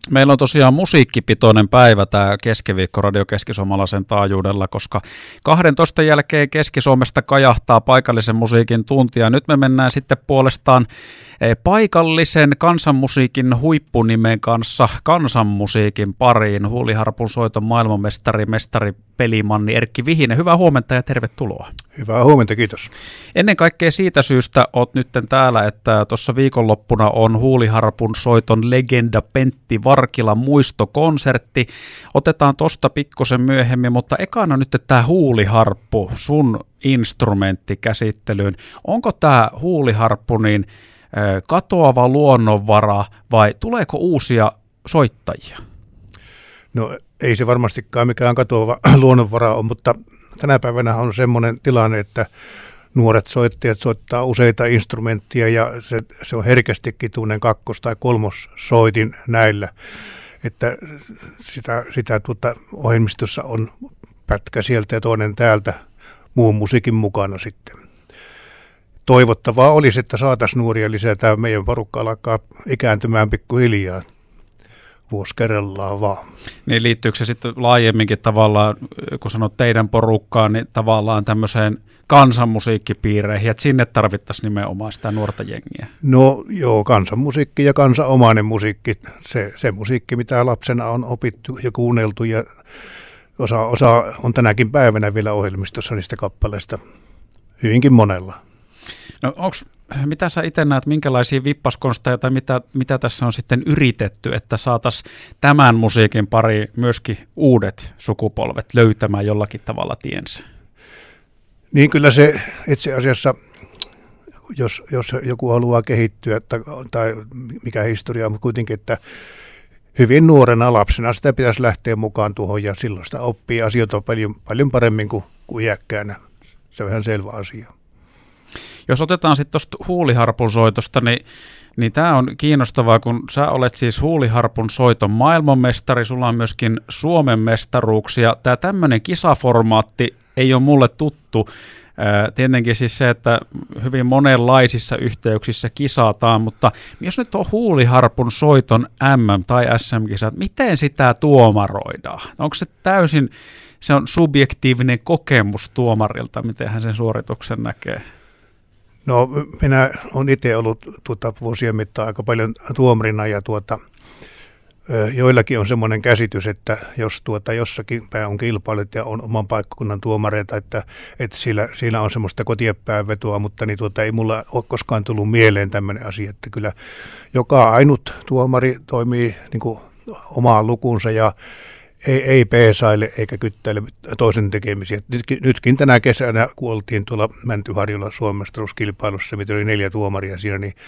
Meillä on tosiaan musiikkipitoinen päivä tämä keskiviikko Radio Keski-Suomalaisen taajuudella, koska 12 jälkeen Keski-Suomesta kajahtaa paikallisen musiikin tunti. Ja nyt me mennään sitten puolestaan paikallisen kansanmusiikin huippunimen kanssa kansanmusiikin pariin. Huuliharpun soiton maailmanmestari, mestari pelimanni Erkki Vihinen. Hyvää huomenta ja tervetuloa. Hyvää huomenta, kiitos. Ennen kaikkea siitä syystä olet nyt täällä, että tuossa viikonloppuna on Huuliharpun soiton legenda Pentti Varkilan muistokonsertti. Otetaan tosta pikkusen myöhemmin, mutta ekana nyt tämä huuliharppu, sun instrumentti käsittelyyn. Onko tämä huuliharppu niin katoava luonnonvara vai tuleeko uusia soittajia? No ei se varmastikaan mikään katoava luonnonvara on, mutta tänä päivänä on semmoinen tilanne, että nuoret soittajat soittaa useita instrumenttia ja se on herkästikin tunnen kakkos- tai kolmossoitin näillä, että sitä ohjelmistossa on pätkä sieltä ja toinen täältä muun musiikin mukana sitten. Toivottavaa olisi, että saataisiin nuoria lisää. Tämä meidän porukka alkaa ikääntymään pikkuhiljaa vuosi kerrallaan vaan. Niin liittyykö se sitten laajemminkin tavallaan, kun sanot teidän porukkaan, niin tavallaan tämmöiseen kansanmusiikkipiireihin, että sinne tarvittaisiin nimenomaan sitä nuorta jengiä? No joo, kansanmusiikki ja kansanomainen musiikki, se musiikki, mitä lapsena on opittu ja kuunneltu ja osa on tänäkin päivänä vielä ohjelmistossa niistä kappaleista hyvinkin monella. No mitä sä itse näet, minkälaisia vippaskonsteja tai mitä tässä on sitten yritetty, että saataisiin tämän musiikin pari myöskin uudet sukupolvet löytämään jollakin tavalla tiensä? Niin kyllä se itse asiassa, jos joku haluaa kehittyä tai mikä historia on kuitenkin, että hyvin nuorena lapsena sitä pitäisi lähteä mukaan tuohon ja silloin sitä oppii asioita paljon paremmin kuin iäkkäänä. Se on ihan selvä asia. Jos otetaan sitten tuosta huuliharpun soitosta, niin tämä on kiinnostavaa, kun sä olet siis huuliharpun soiton maailmanmestari, sulla on myöskin Suomen mestaruuksia. Tämä tämmöinen kisaformaatti ei ole mulle tuttu. Tietenkin siis se, että hyvin monenlaisissa yhteyksissä kisataan, mutta jos nyt on huuliharpun soiton MM- tai SM-kisat, miten sitä tuomaroidaan? Onko se täysin, se on subjektiivinen kokemus tuomarilta, miten hän sen suorituksen näkee? No minä olen itse ollut vuosien mittaan aika paljon tuomarina ja joillakin on semmoinen käsitys, että jos jossakin päin on kilpailut ja on oman paikkakunnan tuomareita, että siinä on semmoista kotiepään vetoa, mutta niin ei mulla ole koskaan tullut mieleen tämmöinen asia, että kyllä joka ainut tuomari toimii niin kuin omaan lukunsa ja ei peesaile eikä kyttäile toisen tekemisiä. Nytkin tänä kesänä, kun oltiin tuolla Mäntyharjulla Suomen mestaruuskilpailussa, mitä oli 4 tuomaria siinä, niin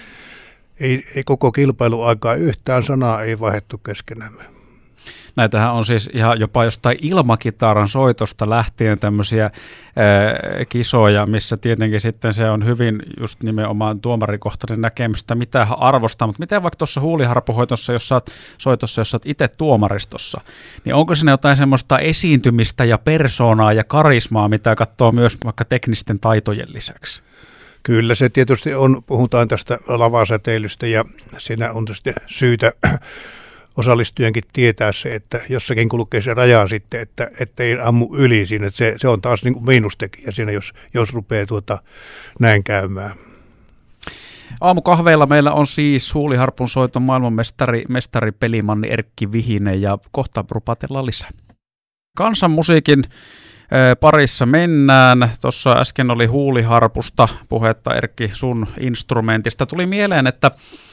ei koko kilpailuaikaa yhtään sanaa ei vaihdettu keskenämme. Näitähän on siis ihan jopa jostain ilmakitaran soitosta lähtien tämmöisiä kisoja, missä tietenkin sitten se on hyvin just nimenomaan tuomarikohtainen näkemystä, mitä hän arvostaa, mutta miten vaikka tuossa huuliharppuhoitossa, jos sä oot itse tuomaristossa, niin onko siinä jotain semmoista esiintymistä ja persoonaa ja karismaa, mitä katsoo myös vaikka teknisten taitojen lisäksi? Kyllä se tietysti on, puhutaan tästä lavasäteilystä ja siinä on tietysti syytä osallistujankin tietää se, että jossakin kulkee se raja sitten, että ei ammu yli siinä. Että se on taas niin kuin miinustekijä siinä, jos rupeaa näin käymään. Aamukahveilla meillä on siis huuliharpun soiton maailmanmestari, mestari pelimanni Erkki Vihinen ja kohta rupatellaan lisää. Kansanmusiikin parissa mennään. Tuossa äsken oli huuliharpusta puhetta, Erkki, sun instrumentista. Tuli mieleen, että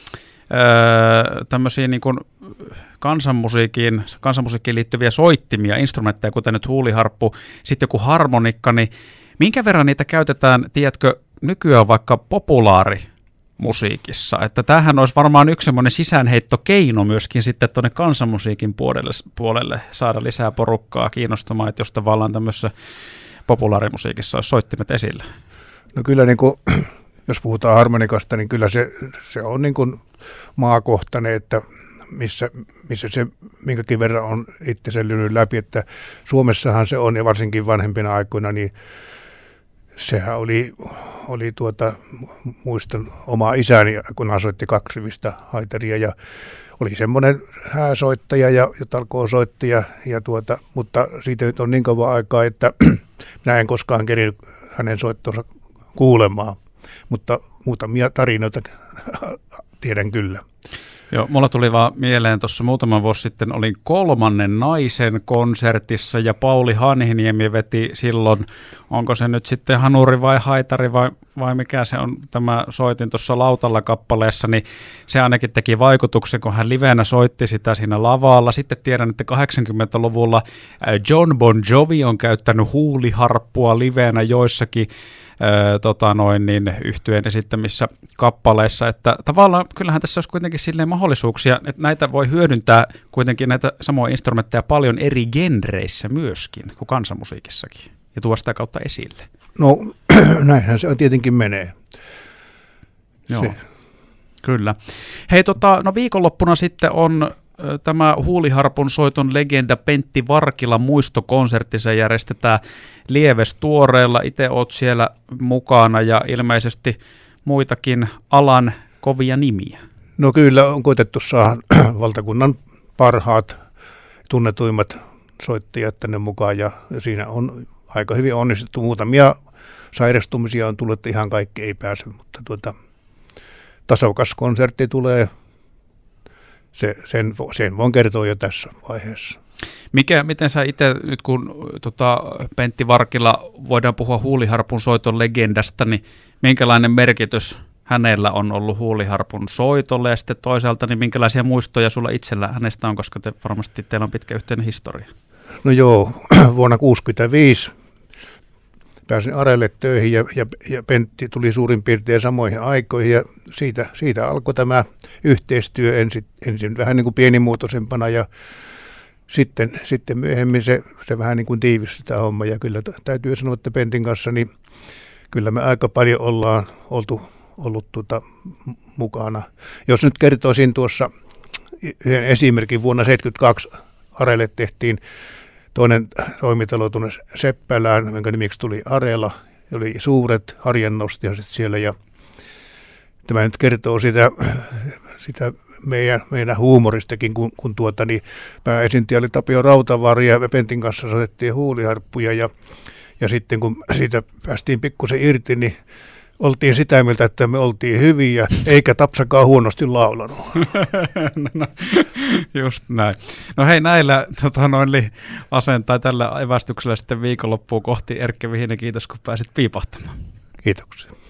tämmöisiä niin kuin kansanmusiikkiin liittyviä soittimia, instrumentteja, kuten nyt huuliharppu, sitten joku harmonikka, niin minkä verran niitä käytetään, tiedätkö, nykyään vaikka populaarimusiikissa? Että tämähän olisi varmaan yksi semmoinen sisäänheittokeino myöskin sitten tuonne kansanmusiikin puolelle saada lisää porukkaa kiinnostumaan, että jos tavallaan tämmöisessä populaarimusiikissa olisi soittimet esillä. No kyllä niin kuin, jos puhutaan harmonikasta, niin kyllä se on niin kuin maakohtainen, että missä se minkäkin verran on itse lyönyt läpi, että Suomessahan se on ja varsinkin vanhempina aikoina, niin sehän oli muistan omaa isäni, kun hän soitti kaksivista haitaria ja oli semmoinen hääsoittaja ja talkoosoittaja, mutta siitä nyt on niin kauan aikaa, että minä en koskaan kerinyt hänen soittonsa kuulemaan, mutta muutamia tarinoita tiedän kyllä. Joo, mulla tuli vaan mieleen, tuossa muutama vuosi sitten olin 3. naisen konsertissa ja Pauli Hanhiniemi veti silloin, onko se nyt sitten hanuri vai haitari vai mikä se on tämä soitin tuossa lautalla kappaleessa, niin se ainakin teki vaikutuksen, kun hän livenä soitti sitä siinä lavalla. Sitten tiedän, että 80-luvulla John Bon Jovi on käyttänyt huuliharppua livenä joissakin yhtyeen esittämissä kappaleissa, että tavallaan kyllähän tässä olisi kuitenkin silleen mahdollisuuksia, että näitä voi hyödyntää kuitenkin näitä samoja instrumentteja paljon eri genreissä myöskin kuin kansanmusiikissakin ja tuoda sitä kautta esille. No näinhän se tietenkin menee. Joo, kyllä. Hei, no viikonloppuna sitten on tämä huuliharpun soiton legenda Pentti Varkila muistokonsertti, se järjestetään Lievestuoreella. Itse olet siellä mukana ja ilmeisesti muitakin alan kovia nimiä. No kyllä on koetettu saada valtakunnan parhaat, tunnetuimmat soittajat tänne mukaan ja siinä on aika hyvin onnistuttu. Muutamia sairastumisia on tullut, että ihan kaikki ei pääse, mutta tasokas konsertti tulee. Sen voin kertoa jo tässä vaiheessa. Miten sä itse, nyt kun Pentti Varkila, voidaan puhua huuliharpun soiton legendasta, niin minkälainen merkitys hänellä on ollut huuliharpun soitolle ja sitten toisaalta, niin minkälaisia muistoja sulla itsellä hänestä on, koska varmasti teillä on pitkä yhteinen historia? No joo, vuonna 1965 pääsin Arelle töihin ja Pentti tuli suurin piirtein samoihin aikoihin ja siitä alkoi tämä yhteistyö ensin vähän niin kuin pienimuotoisempana ja sitten myöhemmin se vähän niin kuin tiivistyi tämä homma ja kyllä täytyy sanoa, että Pentin kanssa niin kyllä me aika paljon ollaan ollut mukana. Jos nyt kertoisin tuossa yhden esimerkin, vuonna 1972 Arelle tehtiin toinen toimitalo tuonne Seppälään, jonka nimiksi tuli Arela, oli suuret harjannostiaiset siellä ja tämä nyt kertoo sitä meidän huumoristakin, kun pääesiintyjä oli Tapio Rautavaara ja Pentin kanssa soitettiin huuliharppuja ja sitten kun siitä päästiin pikkusen irti, niin oltiin sitä mieltä, että me oltiin hyviä, eikä Tapsakaan huonosti laulanut. No, just näin. No hei, näillä tällä evästyksellä sitten viikonloppuun kohti Erkki Vihinen, kiitos kun pääsit piipahtamaan. Kiitoksia.